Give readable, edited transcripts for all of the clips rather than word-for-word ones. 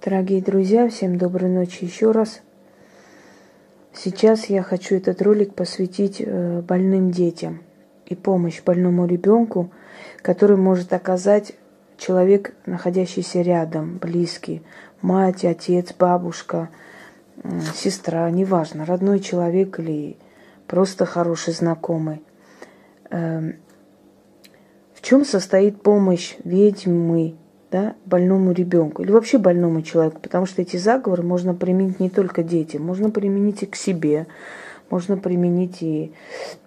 Дорогие друзья, всем доброй ночи еще раз. Сейчас я хочу этот ролик посвятить больным детям и помощь больному ребенку, который может оказать человек, находящийся рядом, близкий, мать, отец, бабушка, сестра, неважно, родной человек или просто хороший знакомый. В чем состоит помощь ведьмы, да, больному ребенку или вообще больному человеку, потому что эти заговоры можно применить не только детям, можно применить и к себе, можно применить и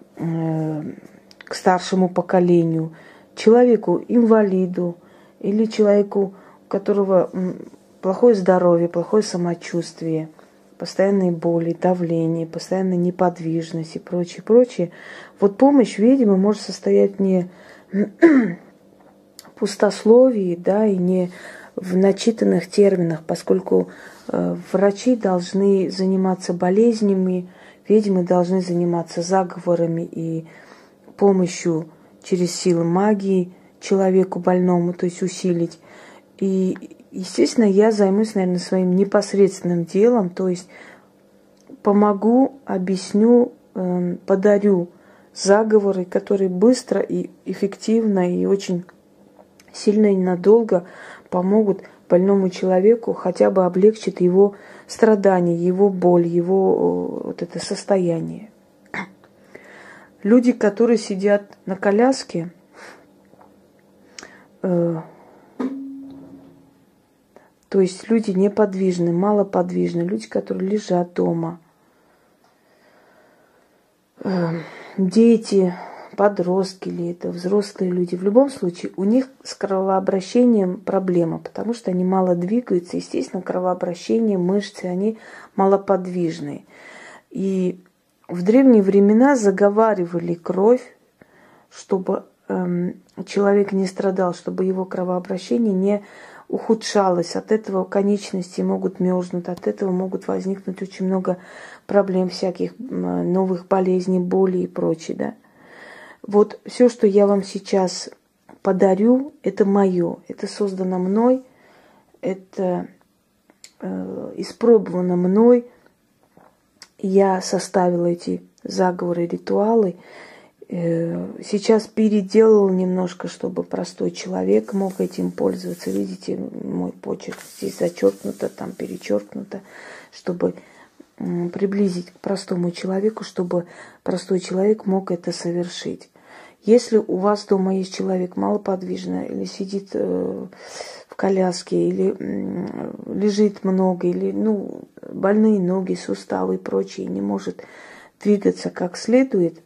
к старшему поколению, человеку инвалиду или человеку, у которого плохое здоровье, плохое самочувствие, постоянные боли, давление, постоянная неподвижность и прочее, прочее. Вот помощь ведьмы может состоять не пустословии, да, и не в начитанных терминах, поскольку врачи должны заниматься болезнями, ведьмы должны заниматься заговорами и помощью через силы магии человеку больному, то есть усилить. И, естественно, я займусь, наверное, своим непосредственным делом, то есть помогу, объясню, подарю заговоры, которые быстро и эффективно и очень сильно и надолго помогут больному человеку, хотя бы облегчит его страдания, его боль, его вот это состояние. Люди, которые сидят на коляске, то есть люди неподвижные, малоподвижные, люди, которые лежат дома, дети, подростки или это взрослые люди. В любом случае у них с кровообращением проблема, потому что они мало двигаются. Естественно, кровообращение, мышцы, они малоподвижные. И в древние времена заговаривали кровь, чтобы человек не страдал, чтобы его кровообращение не ухудшалось. От этого конечности могут мерзнуть, от этого могут возникнуть очень много проблем всяких, новых болезней, болей и прочее, да. Вот все, что я вам сейчас подарю, это мое, это создано мной, это испробовано мной. Я составила эти заговоры, ритуалы. Сейчас переделала немножко, чтобы простой человек мог этим пользоваться. Видите, мой почерк здесь зачеркнуто, там перечеркнуто, чтобы приблизить к простому человеку, чтобы простой человек мог это совершить. Если у вас дома есть человек малоподвижный, или сидит в коляске, или лежит много, или больные ноги, суставы и прочее, не может двигаться как следует,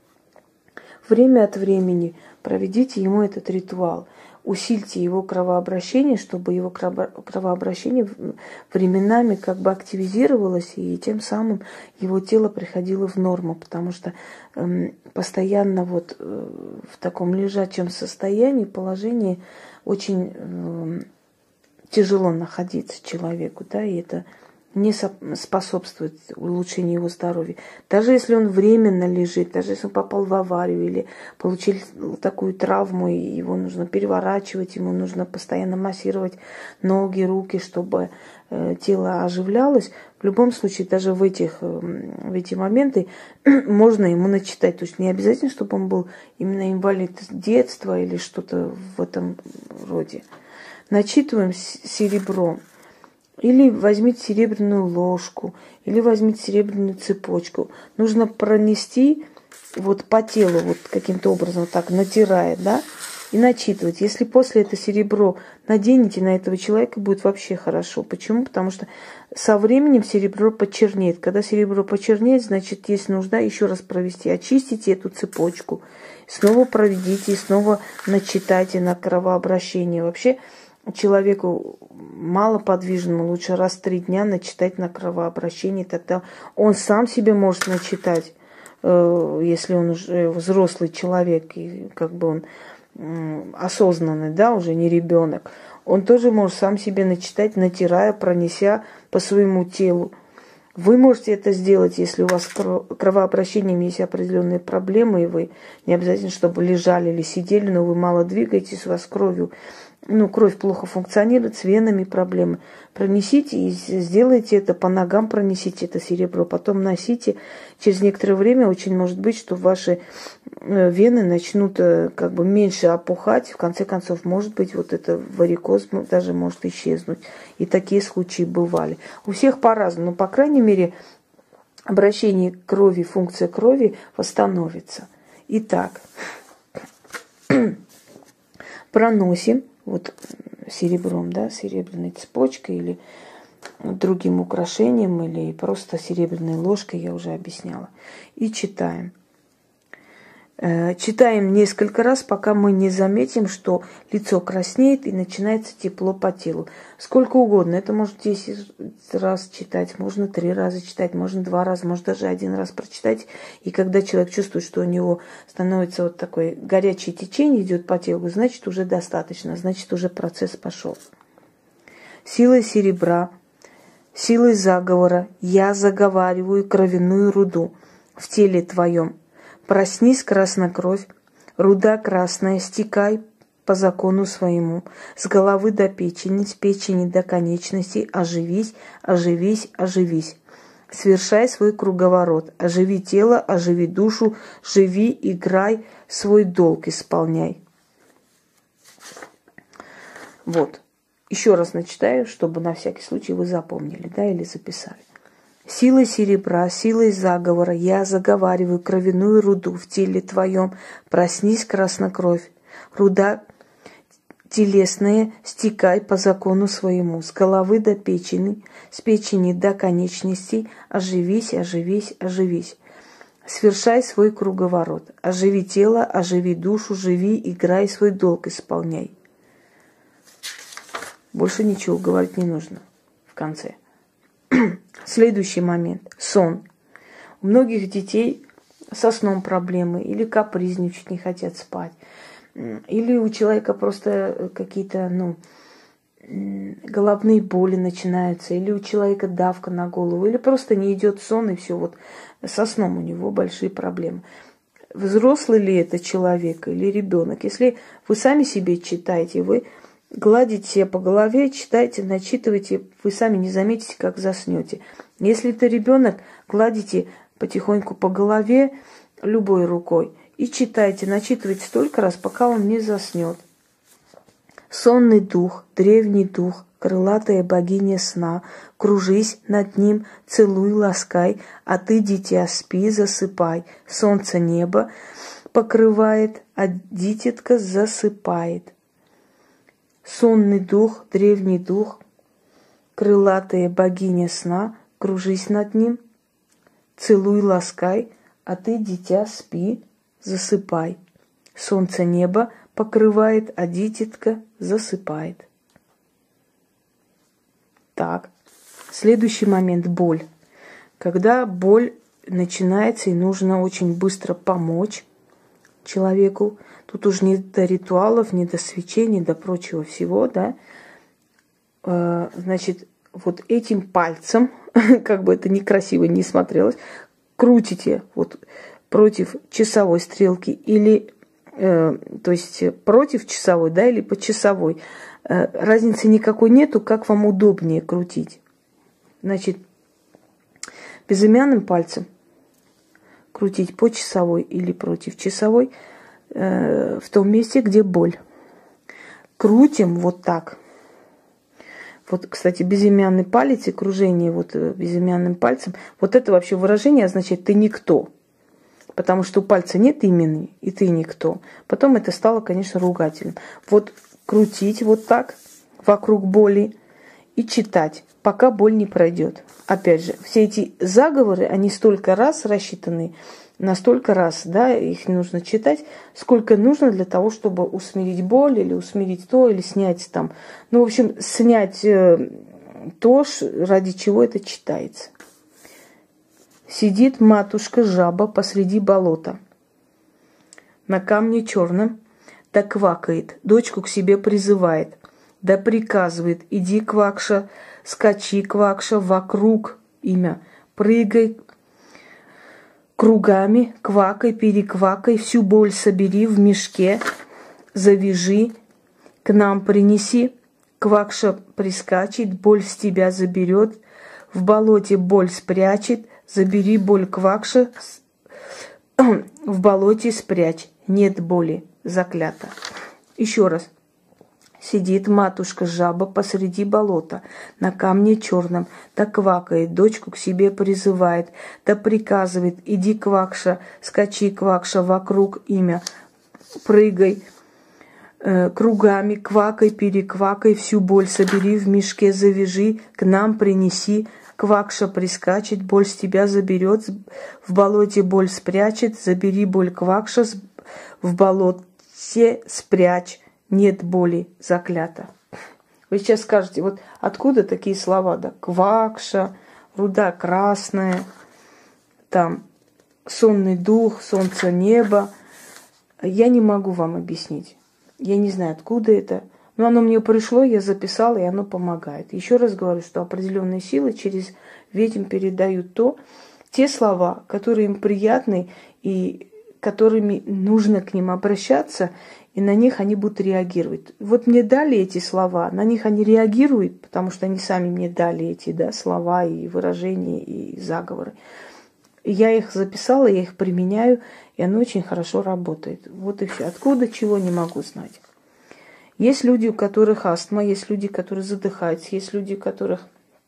время от времени проведите ему этот ритуал. Усильте его кровообращение, чтобы его кровообращение временами как бы активизировалось, и тем самым его тело приходило в норму, потому что постоянно вот в таком лежачем состоянии, положении очень тяжело находиться человеку, да, и это не способствует улучшению его здоровья. Даже если он временно лежит, даже если он попал в аварию или получил такую травму, и его нужно переворачивать, ему нужно постоянно массировать ноги, руки, чтобы тело оживлялось, в любом случае, даже в эти моменты можно ему начитать. То есть не обязательно, чтобы он был именно инвалид детства или что-то в этом роде. Начитываем серебром. Или возьмите серебряную ложку, или возьмите серебряную цепочку. Нужно пронести вот по телу, вот каким-то образом вот так, натирая, да, и начитывать. Если после это серебро наденете на этого человека, будет вообще хорошо. Почему? Потому что со временем серебро почернеет. Когда серебро почернеет, значит, есть нужда еще раз провести. Очистите эту цепочку, снова проведите, снова начитайте на кровообращение. Вообще человеку малоподвижному лучше раз в 3 дня начитать на кровообращение, тогда он сам себе может начитать, если он уже взрослый человек, и как бы он осознанный, да, уже не ребенок. Он тоже может сам себе начитать, натирая, пронеся по своему телу. Вы можете это сделать, если у вас с кровообращением есть определенные проблемы, и вы не обязательно, чтобы лежали или сидели, но вы мало двигаетесь, у вас с кровью кровь плохо функционирует, с венами проблемы. Пронесите и сделайте это, по ногам пронесите это серебро, потом носите. Через некоторое время очень может быть, что ваши вены начнут как бы меньше опухать. В конце концов, может быть, вот это варикоз даже может исчезнуть. И такие случаи бывали. У всех по-разному, но, по крайней мере, обращение к крови, функция крови восстановится. Итак, проносим вот серебром, да, серебряной цепочкой или другим украшением, или просто серебряной ложкой, я уже объясняла. И читаем. Читаем несколько раз, пока мы не заметим, что лицо краснеет и начинается тепло по телу. Сколько угодно. Это может 10 раз читать, можно 3 раза читать, можно 2 раза, может даже 1 раз прочитать. И когда человек чувствует, что у него становится вот такое горячее течение, идет по телу, значит уже достаточно, значит уже процесс пошел. Силой серебра, силой заговора я заговариваю кровяную руду в теле твоем. Проснись, краснокровь, руда красная, стекай по закону своему, с головы до печени, с печени до конечностей, оживись, оживись, оживись. Совершай свой круговорот, оживи тело, оживи душу, живи, играй, свой долг исполняй. Вот. Еще раз начитаю, чтобы на всякий случай вы запомнили, да, или записали. Силой серебра, силой заговора я заговариваю кровяную руду в теле твоем. Проснись, краснокровь. Руда телесная, стекай по закону своему. С головы до печени, с печени до конечностей. Оживись, оживись, оживись. Совершай свой круговорот. Оживи тело, оживи душу, живи, играй, свой долг исполняй. Больше ничего говорить не нужно в конце. Следующий момент. Сон. У многих детей со сном проблемы, или капризничать, не хотят спать, или у человека просто какие-то, головные боли начинаются, или у человека давка на голову, или просто не идет сон, и все, вот со сном у него большие проблемы. Взрослый ли это человек или ребенок? Если вы сами себе читаете, вы гладите себя по голове, читайте, начитывайте, вы сами не заметите, как заснете. Если это ребенок, гладите потихоньку по голове любой рукой и читайте, начитывайте столько раз, пока он не заснет. Сонный дух, древний дух, крылатая богиня сна, кружись над ним, целуй, ласкай, а ты, дитя, спи, засыпай. Солнце небо покрывает, а дитятка засыпает. Сонный дух, древний дух, крылатая богиня сна, кружись над ним, целуй, ласкай, а ты, дитя, спи, засыпай. Солнце небо покрывает, а дитятка засыпает. Так, следующий момент – боль. Когда боль начинается и нужно очень быстро помочь человеку, тут уж не до ритуалов, не до свечей, не до прочего всего, да. Значит, вот этим пальцем, как бы это некрасиво не смотрелось, крутите вот против часовой стрелки или, то есть против часовой, да, или по часовой. Разницы никакой нету, как вам удобнее крутить. Значит, безымянным пальцем крутить по часовой или против часовой в том месте, где боль. Крутим вот так. Вот, кстати, безымянный палец и кружение вот безымянным пальцем, вот это вообще выражение означает «ты никто». Потому что у пальца нет имени, и ты никто. Потом это стало, конечно, ругательным. Вот крутить вот так вокруг боли и читать, пока боль не пройдет. Опять же, все эти заговоры, они столько раз рассчитаны, на столько раз, да, их нужно читать, сколько нужно для того, чтобы усмирить боль или усмирить то, или снять там. В общем, снять то, ради чего это читается. Сидит матушка-жаба посреди болота. На камне черном, да квакает, дочку к себе призывает, да приказывает: иди, квакша, скачи, квакша, вокруг имя, прыгай кругами, квакай, переквакай, всю боль собери в мешке, завяжи, к нам принеси, квакша прискачет, боль с тебя заберет, в болоте боль спрячет, забери боль квакша, в болоте спрячь, нет боли, заклято. Еще раз. Сидит матушка-жаба посреди болота, на камне черном, да квакает, дочку к себе призывает, да приказывает: иди, квакша, скачи, квакша, вокруг имя, прыгай кругами, квакай, переквакай, всю боль собери, в мешке завяжи, к нам принеси, квакша прискачет, боль с тебя заберет, в болоте боль спрячет, забери боль квакша, в болоте спрячь. Нет боли, заклято. Вы сейчас скажете, вот откуда такие слова, да? Квакша, руда красная, там сонный дух, солнце, небо. Я не могу вам объяснить. Я не знаю, откуда это. Но оно мне пришло, я записала, и оно помогает. Еще раз говорю, что определенные силы через ведьм передают те слова, которые им приятны и которыми нужно к ним обращаться, и на них они будут реагировать. Вот мне дали эти слова, на них они реагируют, потому что они сами мне дали эти слова и выражения, и заговоры. И я их записала, я их применяю, и оно очень хорошо работает. Вот и все. Откуда, чего, не могу знать. Есть люди, у которых астма, есть люди, которые задыхаются, есть люди, у которых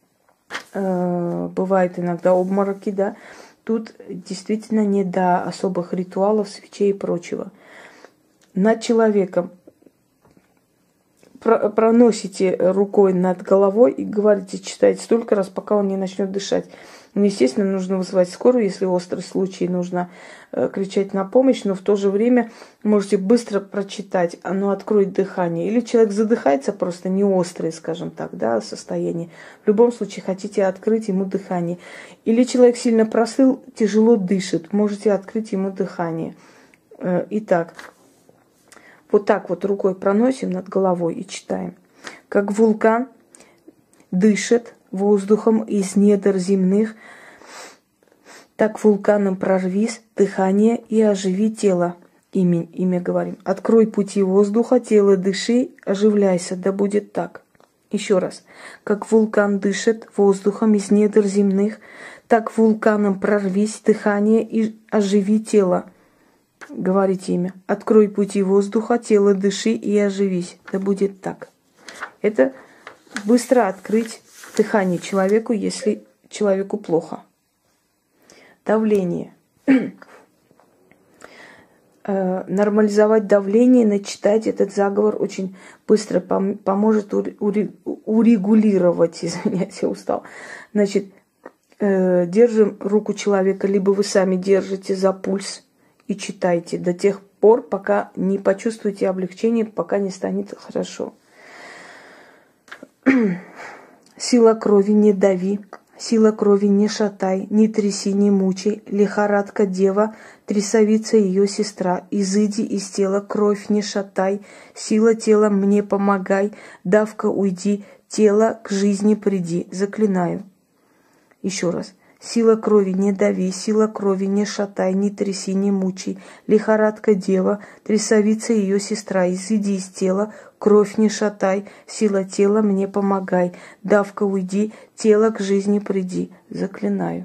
бывают иногда обмороки, да. Тут действительно не до особых ритуалов, свечей и прочего. Над человеком проносите рукой над головой и говорите, читайте столько раз, пока он не начнет дышать. Ну, естественно, нужно вызывать скорую, если острый случай, нужно кричать на помощь, но в то же время можете быстро прочитать, оно откроет дыхание. Или человек задыхается, просто не острое, скажем так, да, состояние. В любом случае хотите открыть ему дыхание. Или человек сильно простыл, тяжело дышит, можете открыть ему дыхание. Итак, вот так вот рукой проносим над головой и читаем. Как вулкан дышит воздухом из недр земных, так вулканом прорвись дыхание и оживи тело. Имя говорим. Открой пути воздуха, тело дыши, оживляйся, да будет так. Еще раз. Как вулкан дышит воздухом из недр земных, так вулканом прорвись дыхание и оживи тело. Говорите имя. Открой пути воздуха, тело дыши и оживись. Да будет так. Это быстро открыть дыхание человеку, если человеку плохо. Давление. Нормализовать давление, начитать этот заговор очень быстро поможет урегулировать, извиняюсь, я устал. Значит, держим руку человека, либо вы сами держите за пульс и читайте до тех пор, пока не почувствуете облегчение, пока не станет хорошо. Сила крови не дави, сила крови не шатай, не тряси, не мучай, лихорадка дева, трясовица ее сестра, изыди из тела, кровь не шатай, сила тела мне помогай, давка уйди, тело к жизни приди, заклинаю. Еще раз. Сила крови не дави, сила крови не шатай, не тряси, не мучай, лихорадка дева, трясовица ее сестра, изыди из тела, кровь не шатай, сила тела мне помогай, давка уйди, тело к жизни приди, заклинаю.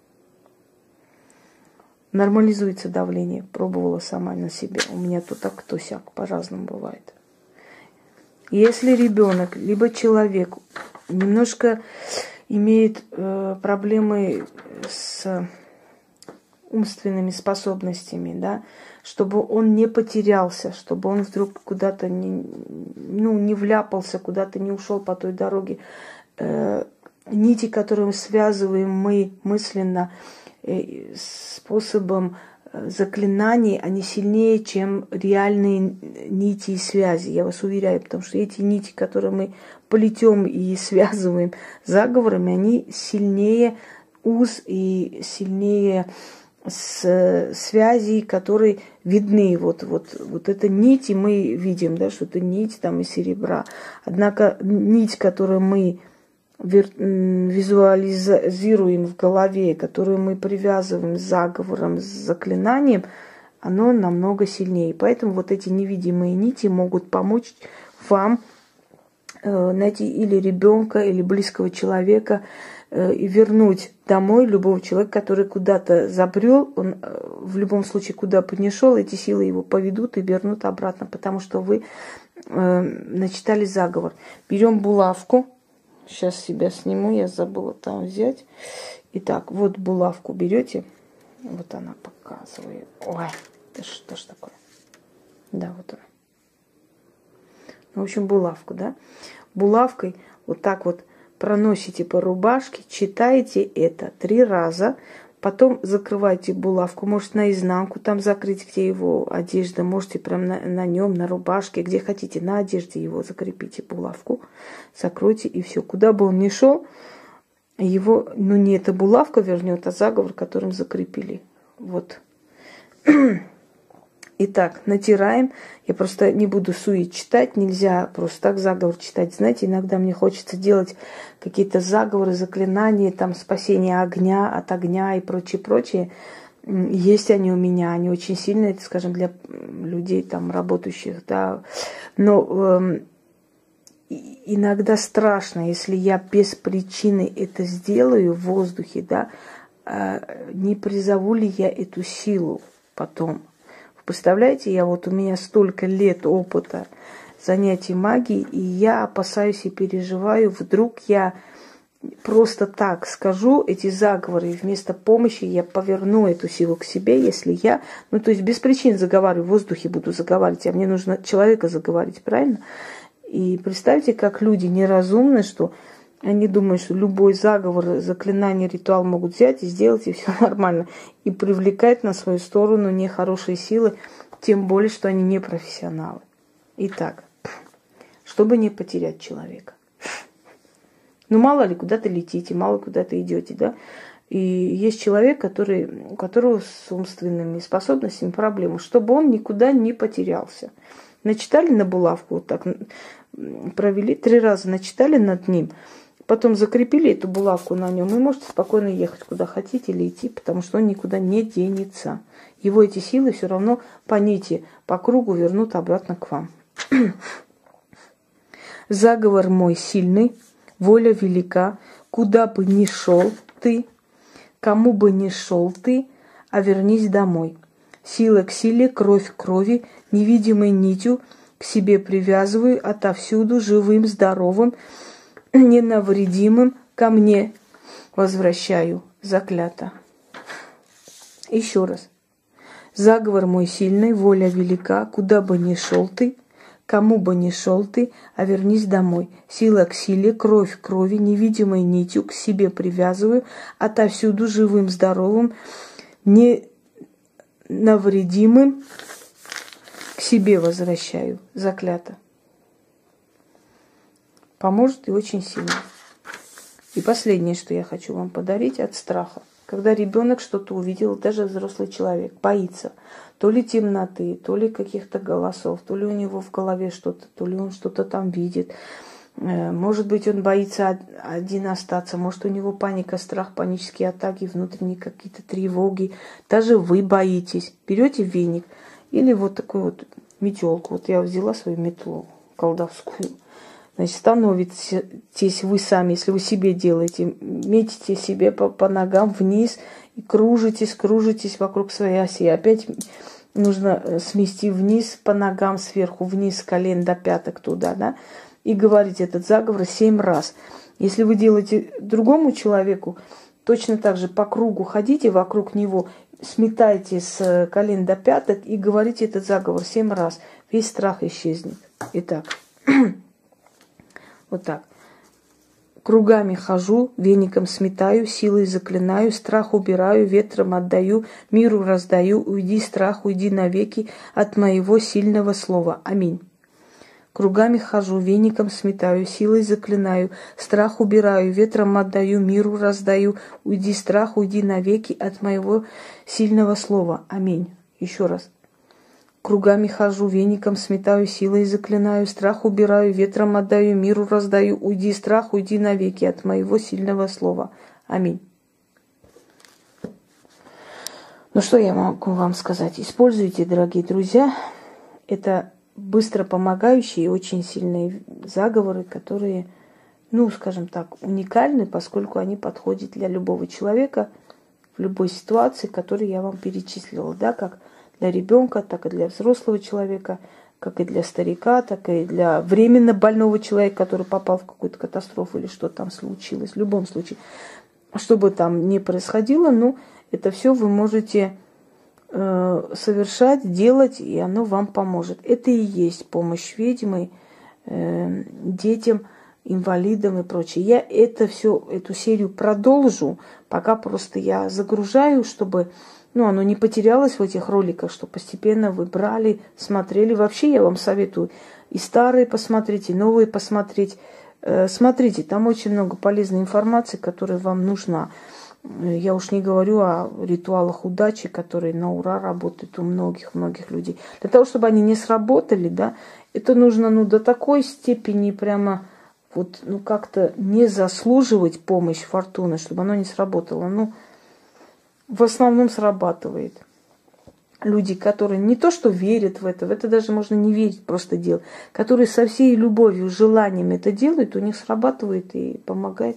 Нормализуется давление, пробовала сама на себе, у меня то так, то сяк, по-разному бывает. Если ребенок, либо человек немножко имеет проблемы с умственными способностями, да, чтобы он не потерялся, чтобы он вдруг куда-то не вляпался, куда-то не ушел по той дороге. Нити, которые мы связываем мы мысленно способом заклинаний, они сильнее, чем реальные нити и связи. Я вас уверяю, потому что эти нити, которые мы плетем и связываем заговорами, они сильнее уз и сильнее связей, которые видны. Вот это нити мы видим, да, что это нить там из серебра. Однако нить, которую мы визуализируем в голове, которую мы привязываем с заговором, с заклинанием, оно намного сильнее. Поэтому вот эти невидимые нити могут помочь вам найти или ребенка, или близкого человека, и вернуть домой любого человека, который куда-то забрел, он в любом случае куда бы ни шел, эти силы его поведут и вернут обратно, потому что вы начитали заговор. Берем булавку. Сейчас себя сниму, я забыла там взять. Итак, вот булавку берете. Вот она показывает. Ой, это что ж такое? Да, вот она. В общем, булавку, да? Булавкой вот так вот проносите по рубашке, читаете это 3 раза, потом закрываете булавку, может наизнанку там закрыть, где его одежда, можете прям на нем, на рубашке, где хотите, на одежде его закрепите булавку, закройте и все. Куда бы он ни шел, его, ну не эта булавка вернет, а заговор, которым закрепили. Вот. Итак, натираем. Я просто не буду сует читать, нельзя просто так заговор читать. Знаете, иногда мне хочется делать какие-то заговоры, заклинания, там спасение огня от огня и прочее. Есть они у меня, они очень сильные, это, скажем, для людей там работающих, да. Но иногда страшно, если я без причины это сделаю в воздухе, да, не призову ли я эту силу потом. Представляете, у меня столько лет опыта занятий магией, и я опасаюсь и переживаю, вдруг я просто так скажу эти заговоры, и вместо помощи я поверну эту силу к себе, если я, ну то есть без причин заговариваю, в воздухе буду заговаривать, а мне нужно человека заговаривать, правильно? И представьте, как люди неразумны, что они думают, что любой заговор, заклинание, ритуал могут взять и сделать, и все нормально. И привлекать на свою сторону нехорошие силы, тем более, что они не профессионалы. Итак, чтобы не потерять человека. Ну, мало ли, куда-то летите, мало куда-то идете, да? И есть человек, у которого с умственными способностями проблемы, чтобы он никуда не потерялся. Начитали на булавку, вот так провели, 3 раза начитали над ним, потом закрепили эту булавку на нем, и можете спокойно ехать куда хотите или идти, потому что он никуда не денется. Его эти силы все равно по нити, по кругу вернут обратно к вам. Заговор мой сильный, воля велика, куда бы ни шел ты, кому бы ни шел ты, а вернись домой. Сила к силе, кровь к крови, невидимой нитью к себе привязываю, отовсюду живым, здоровым, ненавредимым ко мне возвращаю, заклято. Еще раз. Заговор мой сильный, воля велика, куда бы ни шел ты, кому бы ни шел ты, а вернись домой. Сила к силе, кровь к крови, невидимой нитью к себе привязываю, отовсюду живым, здоровым, ненавредимым к себе возвращаю, заклято. Поможет и очень сильно. И последнее, что я хочу вам подарить, от страха. Когда ребенок что-то увидел, даже взрослый человек, боится то ли темноты, то ли каких-то голосов, то ли у него в голове что-то, то ли он что-то там видит. Может быть, он боится один остаться, может, у него паника, страх, панические атаки, внутренние какие-то тревоги. Даже вы боитесь. Берете веник или вот такую вот метелку. Вот я взяла свою метлу колдовскую. Значит, становитесь вы сами, если вы себе делаете, метите себе по ногам вниз и кружитесь вокруг своей оси. Опять нужно смести вниз по ногам, сверху вниз, с колен до пяток туда, да, и говорить этот заговор 7 раз. Если вы делаете другому человеку, точно так же по кругу ходите вокруг него, сметайте с колен до пяток и говорите этот заговор 7 раз. Весь страх исчезнет. Итак. Вот так. Кругами хожу, веником сметаю, силой заклинаю, страх убираю, ветром отдаю, миру раздаю, уйди, страх, уйди навеки от моего сильного слова. Аминь. Кругами хожу, веником сметаю, силой заклинаю, страх убираю, ветром отдаю, миру раздаю, уйди, страх, уйди навеки от моего сильного слова. Аминь. Еще раз. Кругами хожу, веником сметаю, силой заклинаю, страх убираю, ветром отдаю, миру раздаю, уйди, страх, уйди навеки от моего сильного слова. Аминь. Ну что я могу вам сказать? Используйте, дорогие друзья. Это быстро помогающие и очень сильные заговоры, которые, ну, скажем так, уникальны, поскольку они подходят для любого человека в любой ситуации, которую я вам перечислила, да, как для ребенка, так и для взрослого человека, как и для старика, так и для временно больного человека, который попал в какую-то катастрофу или что там случилось. В любом случае, что бы там ни происходило, ну, это все вы можете совершать, делать, и оно вам поможет. Это и есть помощь ведьмы, детям, инвалидам и прочее. Я эту серию продолжу, пока просто я загружаю, чтобы, ну, оно не потерялось в этих роликах, что постепенно вы брали, смотрели. Вообще я вам советую и старые посмотреть, и новые посмотреть. Смотрите, там очень много полезной информации, которая вам нужна. Я уж не говорю о ритуалах удачи, которые на ура работают у многих людей. Для того, чтобы они не сработали, да, это нужно, ну, до такой степени прямо вот, ну, как-то не заслуживать помощь фортуны, чтобы оно не сработало. Ну, в основном срабатывает. Люди, которые не то что верят в это даже можно не верить, просто делать, которые со всей любовью, желанием это делают, у них срабатывает и помогает.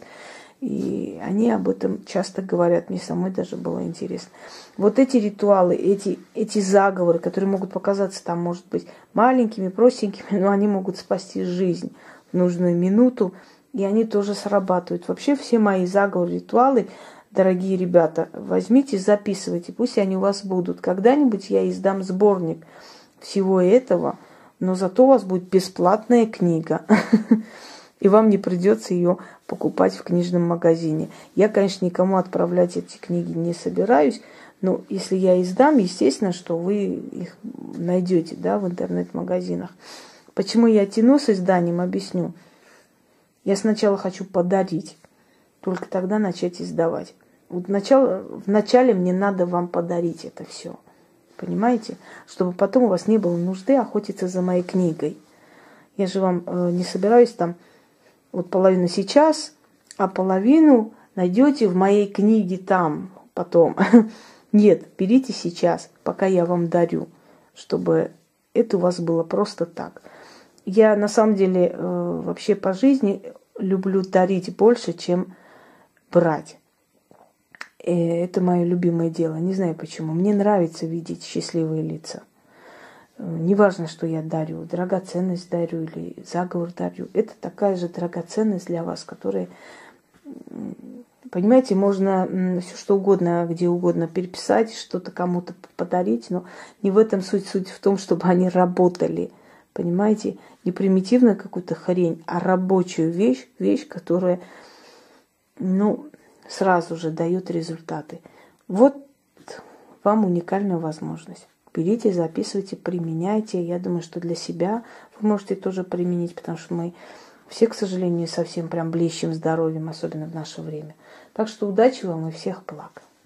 И они об этом часто говорят. Мне самой даже было интересно. Вот эти ритуалы, эти заговоры, которые могут показаться там, может быть, маленькими, простенькими, но они могут спасти жизнь в нужную минуту, и они тоже срабатывают. Вообще все мои заговоры, ритуалы, дорогие ребята, возьмите, записывайте, пусть они у вас будут. Когда-нибудь я издам сборник всего этого, но зато у вас будет бесплатная книга. И вам не придется ее покупать в книжном магазине. Я, конечно, никому отправлять эти книги не собираюсь, но если я издам, естественно, что вы их найдете, да, в интернет-магазинах. Почему я тяну с изданием, объясню. Я сначала хочу подарить, только тогда начать издавать. Вот вначале мне надо вам подарить это все, понимаете? Чтобы потом у вас не было нужды охотиться за моей книгой. Я же вам не собираюсь там вот половину сейчас, а половину найдете в моей книге там потом. Нет, берите сейчас, пока я вам дарю, чтобы это у вас было просто так. Я на самом деле вообще по жизни люблю дарить больше, чем брать. Это мое любимое дело. Не знаю почему. Мне нравится видеть счастливые лица. Неважно, что я дарю, драгоценность дарю или заговор дарю. Это такая же драгоценность для вас, которая, понимаете, можно все что угодно, где угодно переписать, что-то кому-то подарить, но не в этом суть. Суть в том, чтобы они работали. Понимаете, не примитивную какую-то хрень, а рабочую вещь, которая, ну, сразу же дает результаты. Вот вам уникальная возможность. Берите, записывайте, применяйте. Я думаю, что для себя вы можете тоже применить, потому что мы все, к сожалению, не совсем прям блещем здоровьем, особенно в наше время. Так что удачи вам и всех благ.